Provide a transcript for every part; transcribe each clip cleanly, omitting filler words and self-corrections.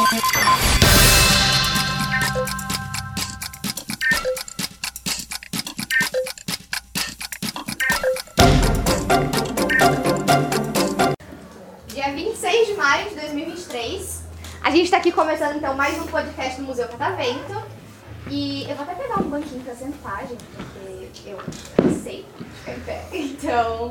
Dia 26 de maio de 2023. A gente tá aqui começando então mais um podcast do Museu Catavento. E eu vou até pegar um banquinho pra sentar, gente, porque eu não sei ficar em pé. Então,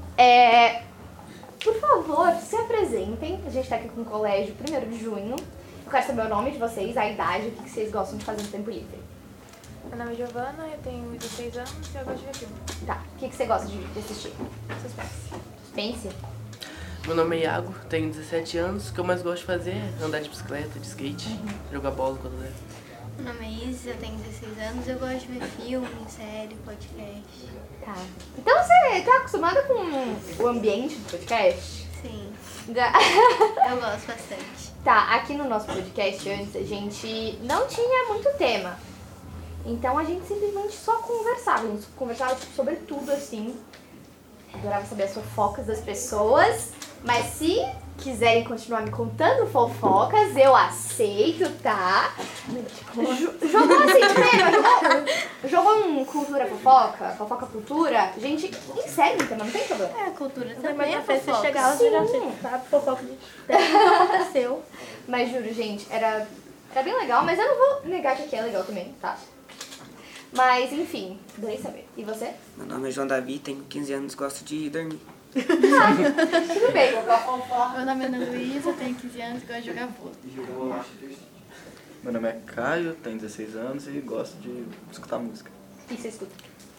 por favor, se apresentem. A gente tá aqui com o colégio 1º de junho. Eu quero saber o nome de vocês, a idade, o que vocês gostam de fazer no tempo livre. Meu nome é Giovana, eu tenho 16 anos e eu gosto de ver filme. Tá, o que você gosta de assistir? Suspense. Suspense? Meu nome é Iago, tenho 17 anos. O que eu mais gosto de fazer é andar de bicicleta, de skate, jogar bola quando der. Meu nome é Isis, eu tenho 16 anos, eu gosto de ver filme, série, podcast. Tá. Então você tá acostumada com o ambiente do podcast? Sim, Da- eu gosto bastante. Tá, aqui no nosso podcast antes a gente não tinha muito tema. Então a gente simplesmente só conversava. A gente conversava sobre tudo assim. Adorava saber as fofocas das pessoas. Mas se quiserem continuar me contando fofocas, eu aceito, tá? Jogou assim primeiro, jogou um cultura fofoca, fofoca cultura. Gente, insere então, não tem problema. É, a cultura Mas também é na frente você fofoca. chegava, você já sabe, fofoca de que aconteceu. Mas juro, gente, era bem legal, mas eu não vou negar que aqui é legal também, tá? Mas enfim, adorei saber. E você? Meu nome é João Davi, tenho 15 anos, gosto de dormir. Tudo bem. Meu nome é Ana Luísa, tenho 15 anos e gosto de jogar vôlei. Meu nome é Caio, tenho 16 anos e gosto de escutar música. O que você escuta?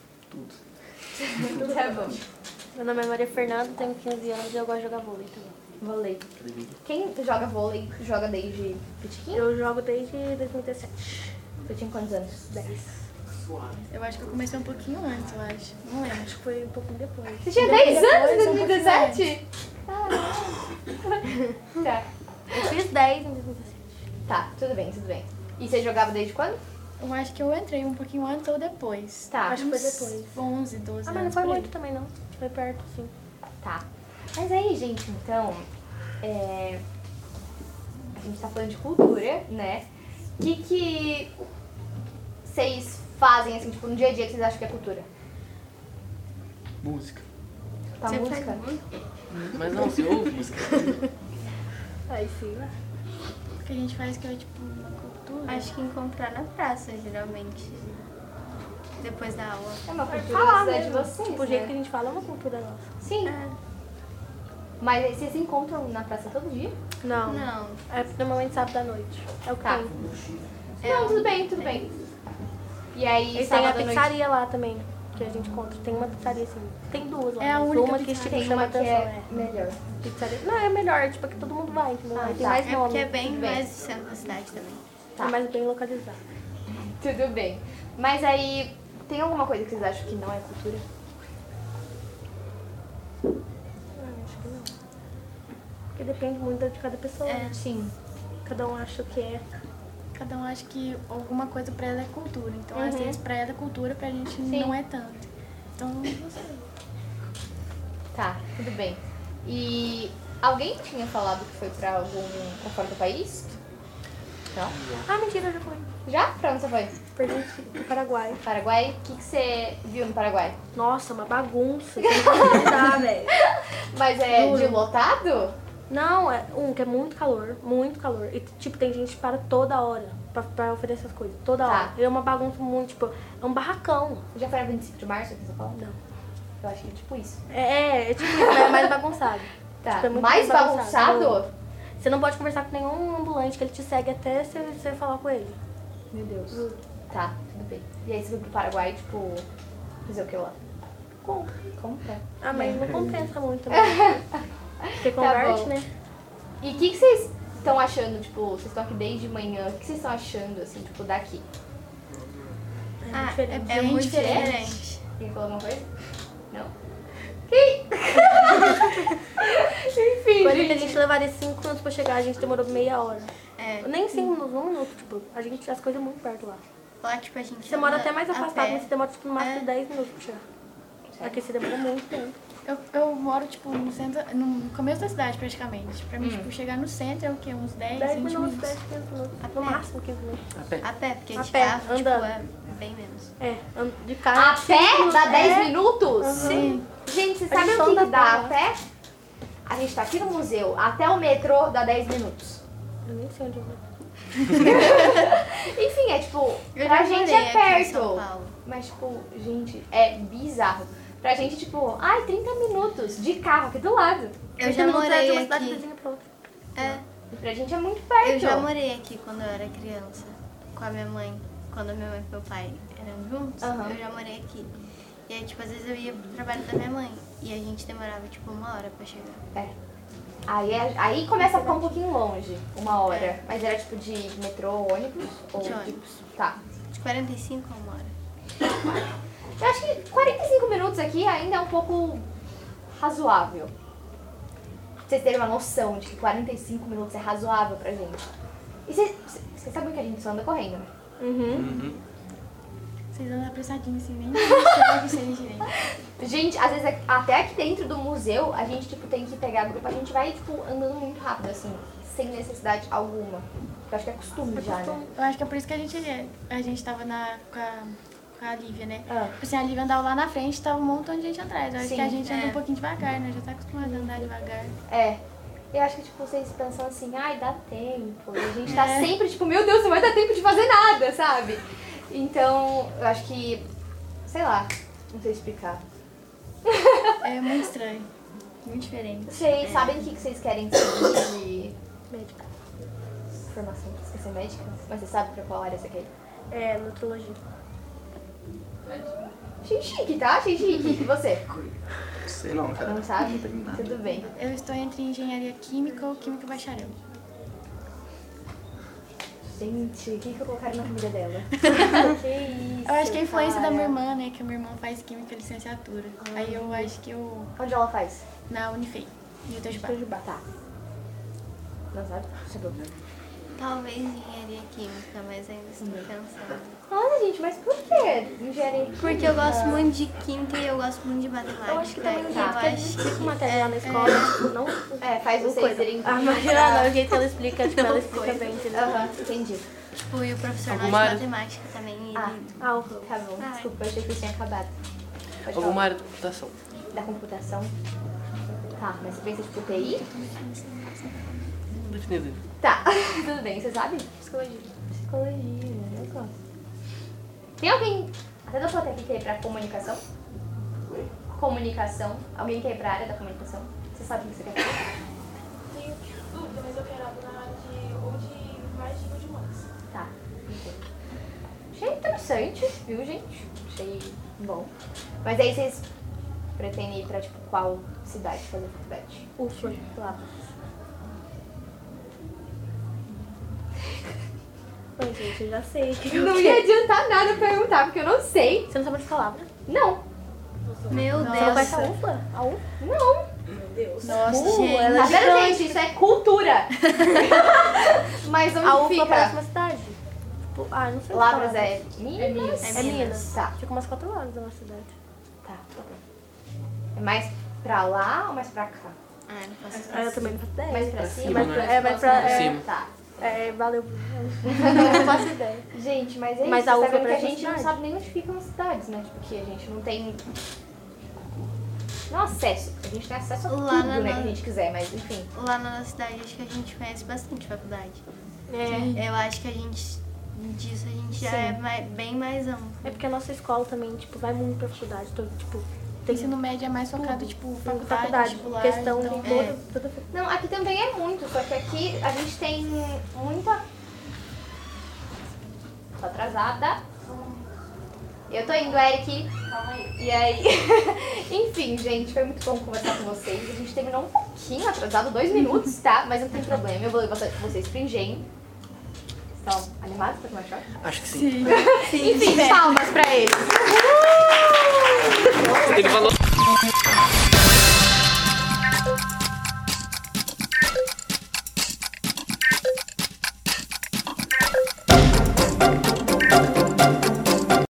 Tudo. Tá bom. Meu nome é Maria Fernanda, tenho 15 anos e eu gosto de jogar vôlei também. Vôlei. Quem joga vôlei joga desde pitiquinho? Eu jogo desde 2017. Você tinha quantos anos? 10. Eu acho que eu comecei um pouquinho antes, eu acho. Não lembro. Acho que foi um pouco depois. Você tinha 10 anos em Depois, um pouquinho 2017? Tá. Eu fiz 10 em 2017. Tá, tudo bem, tudo bem. E você jogava desde quando? Eu acho que eu entrei um pouquinho antes ou depois. Tá. Acho que foi Uns depois. 11, 12 anos. Ah, mas não foi por aí. muito também não. Foi perto, sim. Tá. Mas aí, gente, então, a gente tá falando de cultura, né? O que vocês fazem, assim, tipo, no dia a dia que vocês acham que é cultura? Música. Tá, Você música? faz muito? Mas não, você ouve música. Aí sim. O que a gente faz que é tipo uma cultura. Acho que encontrar na praça, geralmente. Depois da aula. É uma cultura Falar da cidade de mesmo. vocês, Tipo, o jeito né? que a gente fala é uma cultura nossa. Sim. Mas aí vocês se encontram na praça todo dia? Não. Não. É normalmente sábado à noite. É o que Tá. tem. Não, tudo bem, tudo bem. E aí, Eles têm a sábado à noite, pizzaria lá também, que a gente encontra. Tem uma pizzaria assim. Tem duas lá. É a mas única uma que pizzaria. tipo, tem chama uma que atenção. é melhor. Pizzaria. Não, é melhor, tipo, que todo mundo vai, entendeu? Ah, Aí tem tá. mais É nome. porque é bem Tudo bem. mais no centro da cidade também. Tá. É mais bem localizado. Tudo bem. Mas aí, tem alguma coisa que vocês acham que não é cultura? Acho que não. Porque depende muito de cada pessoa. É. né? Sim. Cada um acha o que é. Cada um acha que alguma coisa pra ela é cultura. Então, às Uhum. vezes, pra ela é cultura, pra gente não é tanto. Então, não sei. Tá, tudo bem. E alguém tinha falado que foi pra algum fora do país? Não? Ah, mentira, eu já fui. Já? Pra onde você foi? Perdi pro Paraguai. Paraguai? O que você viu no Paraguai? Nossa, uma bagunça. Você não pode acreditar, velho. Mas é Juro. de lotado? Não, é que é muito calor. E, tipo, tem gente que para toda hora pra oferecer as coisas. Toda Tá. hora. E é uma bagunça muito, tipo, é um barracão. Já foi na 25 de março aqui em São Paulo? Não. Eu acho que é tipo isso. É tipo isso, mas é mais bagunçado. Tá. Tipo, é muito Mais mais bagunçado? bagunçado? Você não pode conversar com nenhum ambulante, que ele te segue até você falar com ele. Meu Deus. Tá, tudo bem. E aí você foi pro Paraguai, tipo, fazer o que lá? Compra. Ah, mas não compensa muito também. Você converte, bom. né? E o que vocês estão achando, tipo, vocês estão aqui desde manhã, o que vocês estão achando, assim, tipo, daqui? Ah, diferente. é muito diferente? diferente. Quem falou alguma coisa? Não? Quem? Enfim, Coisa que a gente. gente levaria 5 minutos pra chegar, a gente demorou meia hora. É. Nem 5 minutos, 1 minuto, tipo, as coisas muito perto lá. Lá, tipo, a gente Você mora anda até mais a afastado, pé. mas você demora tipo no máximo É. 10 minutos pra chegar. Aqui você demora muito tempo. Eu moro, tipo, no centro, no começo da cidade, praticamente. Pra mim, tipo, chegar no centro é o quê? Uns 10, 10 20 minutos, minutos. 10, 15 minutos. No máximo 15 minutos. A pé. A pé, porque A de pé, carro, tipo, andando. é bem menos. É, de carro. A pé dá 10 É. minutos? Sim. Gente, vocês A sabem gente o que anda que dá a a pé? A gente tá aqui no museu, até o metrô dá 10 minutos. Eu nem sei onde eu vou. Enfim, é tipo, Eu pra já gente morei é aqui em São perto. Paulo. Mas, tipo, gente, é bizarro. Pra gente, tipo, ai, 30 minutos de carro aqui do lado. Eu já 30 minutos é de morei uma cidade aqui. vizinha pra outra. É, E pra gente é muito perto. eu já morei aqui quando eu era criança, com a minha mãe. Quando a minha mãe e meu pai eram juntos, Aham. eu já morei aqui. E aí, tipo, às vezes eu ia pro trabalho da minha mãe. E a gente demorava, tipo, 1 hora pra chegar. É. Aí começa a ficar um pouquinho longe, 1 hora. Mas era tipo de metrô, ônibus? Ou De ônibus. Tá. De 45 a 1 hora. Eu acho que 45 minutos aqui ainda é um pouco razoável. Pra vocês terem uma noção de que 45 minutos é razoável pra gente. E vocês sabem que a gente só anda correndo, né? Uhum. Vocês andam apressadinhos assim, nem enxerga vocês direito. Gente, às vezes até aqui dentro do museu, a gente tipo, tem que pegar grupo, a gente vai tipo, andando muito rápido, assim, sem necessidade alguma. Eu acho que é costume já, né? Eu acho que é por isso que a gente tava com a Lívia, né? Ah. Tipo assim, a Lívia andava lá na frente, tava um montão de gente atrás. Eu acho Sim, que a gente anda é. um pouquinho devagar, né? Já tá acostumado a andar devagar. É. Eu acho que, tipo, vocês pensam assim, ai, dá tempo. E a gente tá É. sempre, tipo, meu Deus, não vai dar tempo de fazer nada, sabe? Então, eu acho que, sei lá, não sei explicar. É muito estranho. Muito diferente. Vocês sabem o que vocês querem seguir de Médica. formação? Esqueci médica? Mas você sabe pra qual área você quer ir? É, nutrologia. Achei chique, tá? Achei chique. E você? Sei não, cara. Não sabe? Não tenho nada. Tudo bem. Eu estou entre engenharia química ou química bacharel. Gente, o que eu colocaria na família dela? que isso, Eu acho que a influência da cara. minha irmã, né? Que a minha irmã faz química licenciatura. Aí eu acho que eu. Onde ela faz? Na Unifei, em Itajubá. Tá. Não sabe? Chegou. Talvez engenharia química, mas ainda estou pensando. Olha, gente, mas por que engenharia química? Porque eu gosto muito de química e eu gosto muito de matemática. Eu acho que também e o eu jeito que a gente acho explica que matéria lá na escola, tipo, não... É, faz vocês coisa. serem... Ah, imagina, não, o jeito que ela explica, tipo, ela explica bem, entendeu? Aham, entendi. tipo, e o professor Alguma lá de área? matemática também. Ele... Ah, o Tá bom, Ai. desculpa, eu achei que tinha acabado. Pode Alguma falar. área de computação. Da computação? Tá, mas você pensa tipo TI? Definido. Tá, tudo bem, você sabe? psicologia. Psicologia, eu gosto. Tem alguém, até da plateia que quer ir pra comunicação? Comunicação. Alguém quer ir pra área da comunicação? Você sabe o que você quer fazer? Tenho dúvida, mas eu quero algo na área de marketing ou de humanas. Tá, entendi. Achei interessante, viu, gente? Achei bom. Mas aí vocês pretendem ir pra, tipo, qual cidade fazer faculdade? UFLA, lá. Oi, gente, eu já sei. Não ia adiantar nada perguntar, porque eu não sei. Você não sabe de palavra? Não. Meu Você não conhece a Deus. UFLA? A UFLA? Não. Nossa, gente. ela Tá é vendo, gigante. gente? Isso é cultura. Mas onde A UFLA fica? parece uma cidade. Tipo, não sei. Lavras falar. é Minas? É Minas. Tá, Fica umas 4 horas da nossa cidade. tá. É mais pra lá ou mais pra cá? Ah, não faço Ah, eu também não faço ideia. Mais pra Pra cima? cima, né? É mais pra... Pra cima. Tá. valeu. Não faço ideia. Gente, mas é Mas isso. a Você UFLA tá vendo que a parece uma gente não cidade. sabe nem onde ficam as cidades, né? Porque a gente não tem... Não acesso. A gente tem acesso a Lá tudo, na- né? Que a gente quiser, mas enfim. Lá na nossa cidade, acho que a gente conhece bastante faculdade. É. Eu acho que a gente, disso a gente já é bem mais amplo. É porque a nossa escola também, tipo, vai muito pra faculdade. Então, tipo, tem Ensino médio é mais focado, tipo, faculdade, faculdade, vestibular, questão então, de toda Não, aqui também é muito, só que aqui a gente tem muita... Tô atrasada. Eu tô indo, Eric. Calma aí. E aí? Enfim, gente, foi muito bom conversar com vocês. A gente terminou um pouquinho atrasado, 2 minutos, tá? Mas não tem problema, eu vou levar vocês pro engenho. Estão animados pra tomar choque? Acho que sim. Enfim, palmas pra eles.